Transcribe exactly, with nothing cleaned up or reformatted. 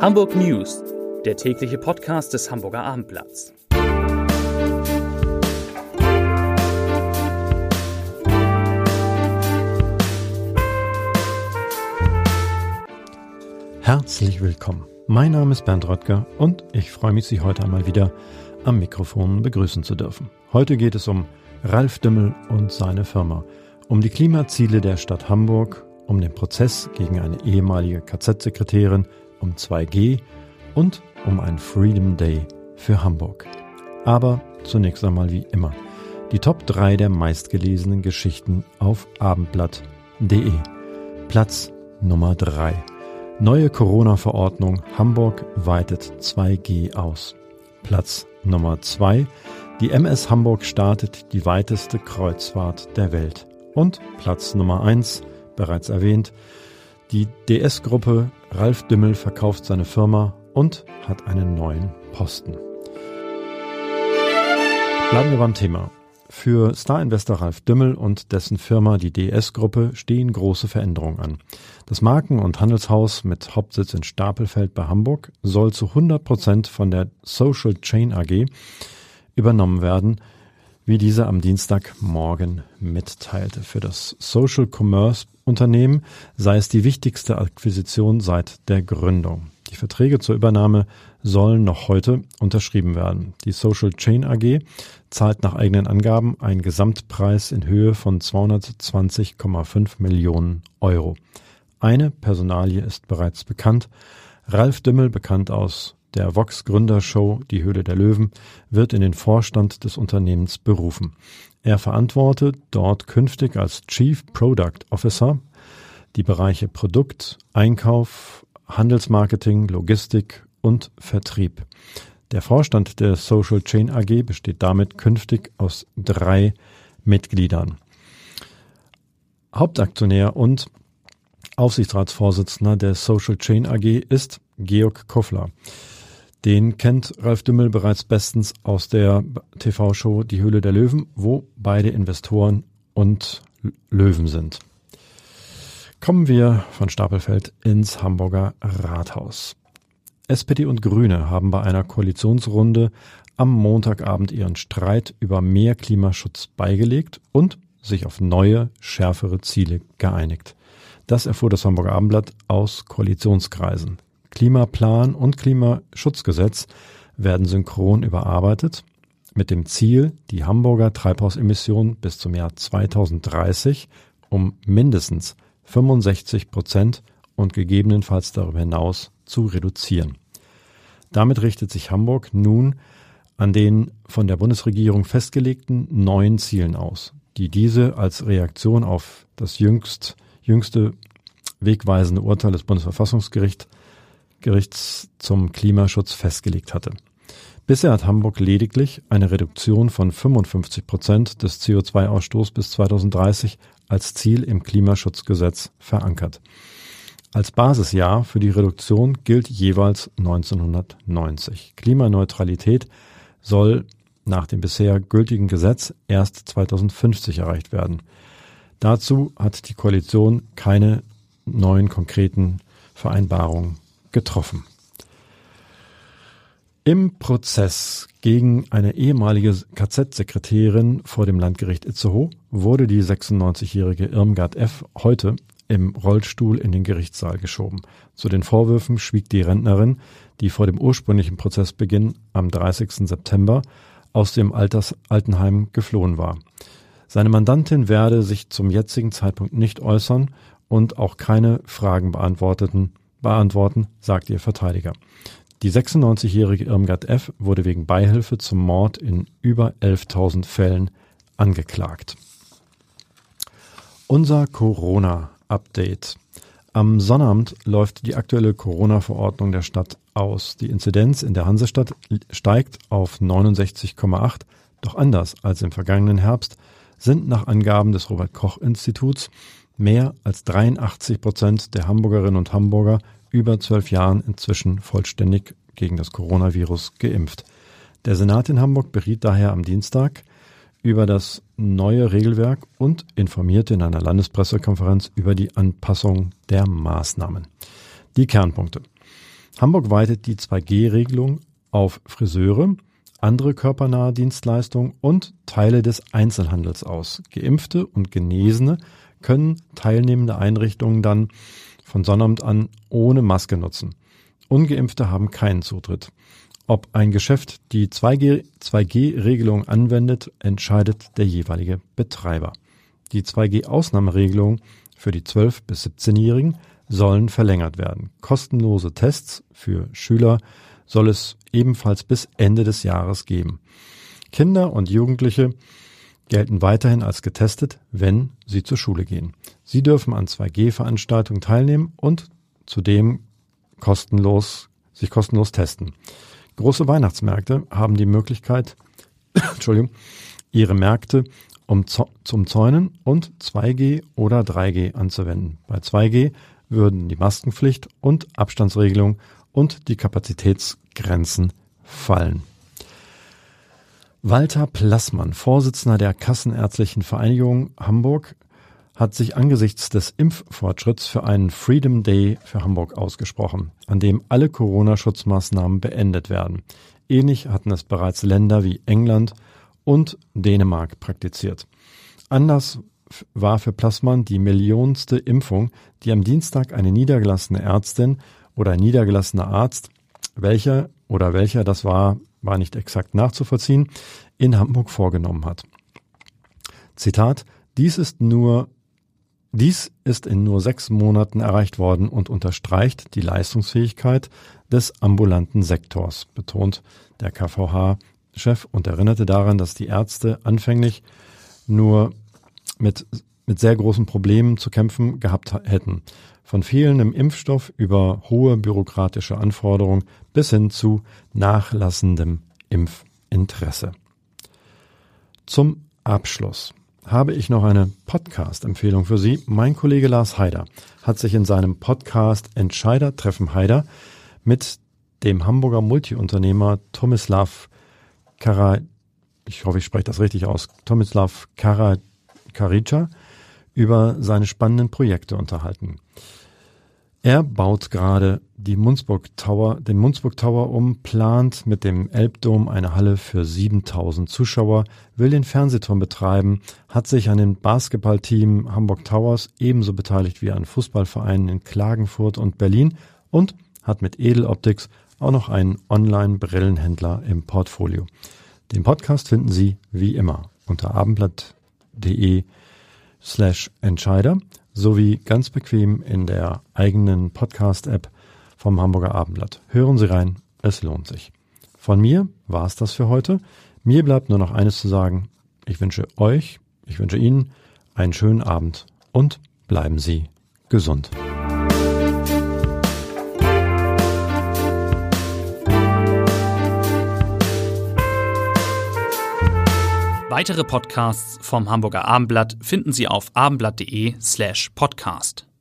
Hamburg News, der tägliche Podcast des Hamburger Abendblatts. Herzlich willkommen. Mein Name ist Bernd Röttger und ich freue mich, Sie heute einmal wieder am Mikrofon begrüßen zu dürfen. Heute geht es um Ralf Dümmel und seine Firma, um die Klimaziele der Stadt Hamburg, um den Prozess gegen eine ehemalige K Z-Sekretärin, um zwei G und um einen Freedom Day für Hamburg. Aber zunächst einmal wie immer die Top drei der meistgelesenen Geschichten auf abendblatt punkt de. Platz Nummer drei. Neue Corona-Verordnung, Hamburg weitet zwei G aus. Platz Nummer zwei. Die M S Hamburg startet die weiteste Kreuzfahrt der Welt. Und Platz Nummer eins, bereits erwähnt, die D S-Gruppe, Ralf Dümmel verkauft seine Firma und hat einen neuen Posten. Bleiben wir beim Thema. Für Star-Investor Ralf Dümmel und dessen Firma, die D S-Gruppe, stehen große Veränderungen an. Das Marken- und Handelshaus mit Hauptsitz in Stapelfeld bei Hamburg soll zu hundert Prozent von der Social Chain A G übernommen werden, wie diese am Dienstagmorgen mitteilte. Für das Social Commerce Unternehmen sei es die wichtigste Akquisition seit der Gründung. Die Verträge zur Übernahme sollen noch heute unterschrieben werden. Die Social Chain A G zahlt nach eigenen Angaben einen Gesamtpreis in Höhe von zweihundertzwanzig Komma fünf Millionen Euro. Eine Personalie ist bereits bekannt. Ralf Dümmel, bekannt aus der Vox-Gründershow Die Höhle der Löwen, wird in den Vorstand des Unternehmens berufen. Er verantwortet dort künftig als Chief Product Officer die Bereiche Produkt, Einkauf, Handelsmarketing, Logistik und Vertrieb. Der Vorstand der Social Chain A G besteht damit künftig aus drei Mitgliedern. Hauptaktionär und Aufsichtsratsvorsitzender der Social Chain A G ist Georg Koffler. Den kennt Ralf Dümmel bereits bestens aus der T V-Show Die Höhle der Löwen, wo beide Investoren und Löwen sind. Kommen wir von Stapelfeld ins Hamburger Rathaus. S P D und Grüne haben bei einer Koalitionsrunde am Montagabend ihren Streit über mehr Klimaschutz beigelegt und sich auf neue, schärfere Ziele geeinigt. Das erfuhr das Hamburger Abendblatt aus Koalitionskreisen. Klimaplan und Klimaschutzgesetz werden synchron überarbeitet, mit dem Ziel, die Hamburger Treibhausemissionen bis zum Jahr zweitausenddreißig um mindestens fünfundsechzig Prozent und gegebenenfalls darüber hinaus zu reduzieren. Damit richtet sich Hamburg nun an den von der Bundesregierung festgelegten neuen Zielen aus, die diese als Reaktion auf das jüngst, jüngste wegweisende Urteil des Bundesverfassungsgerichts Gerichts zum Klimaschutz festgelegt hatte. Bisher hat Hamburg lediglich eine Reduktion von fünfundfünfzig Prozent des C O zwei Ausstoßes bis zweitausenddreißig als Ziel im Klimaschutzgesetz verankert. Als Basisjahr für die Reduktion gilt jeweils neunzehnhundertneunzig. Klimaneutralität soll nach dem bisher gültigen Gesetz erst zweitausendfünfzig erreicht werden. Dazu hat die Koalition keine neuen konkreten Vereinbarungen getroffen. Im Prozess gegen eine ehemalige K Z-Sekretärin vor dem Landgericht Itzehoe wurde die sechsundneunzigjährige Irmgard F. heute im Rollstuhl in den Gerichtssaal geschoben. Zu den Vorwürfen schwieg die Rentnerin, die vor dem ursprünglichen Prozessbeginn am dreißigsten September aus dem Alters- Altenheim geflohen war. Seine Mandantin werde sich zum jetzigen Zeitpunkt nicht äußern und auch keine Fragen beantworteten beantworten, sagt ihr Verteidiger. Die sechsundneunzigjährige Irmgard F. wurde wegen Beihilfe zum Mord in über elftausend Fällen angeklagt. Unser Corona-Update. Am Sonnabend läuft die aktuelle Corona-Verordnung der Stadt aus. Die Inzidenz in der Hansestadt steigt auf neunundsechzig Komma acht, doch anders als im vergangenen Herbst sind nach Angaben des Robert-Koch-Instituts mehr als dreiundachtzig Prozent der Hamburgerinnen und Hamburger über zwölf Jahren inzwischen vollständig gegen das Coronavirus geimpft. Der Senat in Hamburg beriet daher am Dienstag über das neue Regelwerk und informierte in einer Landespressekonferenz über die Anpassung der Maßnahmen. Die Kernpunkte. Hamburg weitet die zwei G Regelung auf Friseure, andere körpernahe Dienstleistungen und Teile des Einzelhandels aus. Geimpfte und Genesene können teilnehmende Einrichtungen dann von Sonnabend an ohne Maske nutzen. Ungeimpfte haben keinen Zutritt. Ob ein Geschäft die zwei G Regelung anwendet, entscheidet der jeweilige Betreiber. Die zwei G Ausnahmeregelung für die zwölf- bis siebzehnjährigen sollen verlängert werden. Kostenlose Tests für Schüler soll es ebenfalls bis Ende des Jahres geben. Kinder und Jugendliche gelten weiterhin als getestet, wenn sie zur Schule gehen. Sie dürfen an zwei G Veranstaltungen teilnehmen und zudem kostenlos, sich kostenlos testen. Große Weihnachtsmärkte haben die Möglichkeit, Entschuldigung, ihre Märkte um zum Zäunen und zwei G oder drei G anzuwenden. Bei zwei G würden die Maskenpflicht und Abstandsregelung und die Kapazitätsgrenzen fallen. Walter Plassmann, Vorsitzender der Kassenärztlichen Vereinigung Hamburg, hat sich angesichts des Impffortschritts für einen Freedom Day für Hamburg ausgesprochen, an dem alle Corona-Schutzmaßnahmen beendet werden. Ähnlich hatten es bereits Länder wie England und Dänemark praktiziert. Anlass war für Plassmann die millionste Impfung, die am Dienstag eine niedergelassene Ärztin oder ein niedergelassener Arzt, welcher oder welcher das war, war nicht exakt nachzuvollziehen, in Hamburg vorgenommen hat. Zitat: Dies ist nur, dies ist in nur sechs Monaten erreicht worden und unterstreicht die Leistungsfähigkeit des ambulanten Sektors, betont der K V H-Chef und erinnerte daran, dass die Ärzte anfänglich nur mit, mit sehr großen Problemen zu kämpfen gehabt hätten. Von fehlendem Impfstoff über hohe bürokratische Anforderungen bis hin zu nachlassendem Impfinteresse. Zum Abschluss habe ich noch eine Podcast-Empfehlung für Sie. Mein Kollege Lars Haider hat sich in seinem Podcast Entscheider treffen Haider mit dem Hamburger Multiunternehmer Tomislav Kara, ich hoffe, ich spreche das richtig aus, Tomislav Kara, Karica, über seine spannenden Projekte unterhalten. Er baut gerade die Munzburg Tower, den Munzburg Tower um, plant mit dem Elbdom eine Halle für siebentausend Zuschauer, will den Fernsehturm betreiben, hat sich an dem Basketballteam Hamburg Towers ebenso beteiligt wie an Fußballvereinen in Klagenfurt und Berlin und hat mit Edeloptics auch noch einen Online-Brillenhändler im Portfolio. Den Podcast finden Sie wie immer unter abendblatt.de slash Entscheider sowie ganz bequem in der eigenen Podcast-App vom Hamburger Abendblatt. Hören Sie rein, es lohnt sich. Von mir war es das für heute. Mir bleibt nur noch eines zu sagen. Ich wünsche euch, ich wünsche Ihnen einen schönen Abend und bleiben Sie gesund. Weitere Podcasts vom Hamburger Abendblatt finden Sie auf abendblatt.de slash podcast.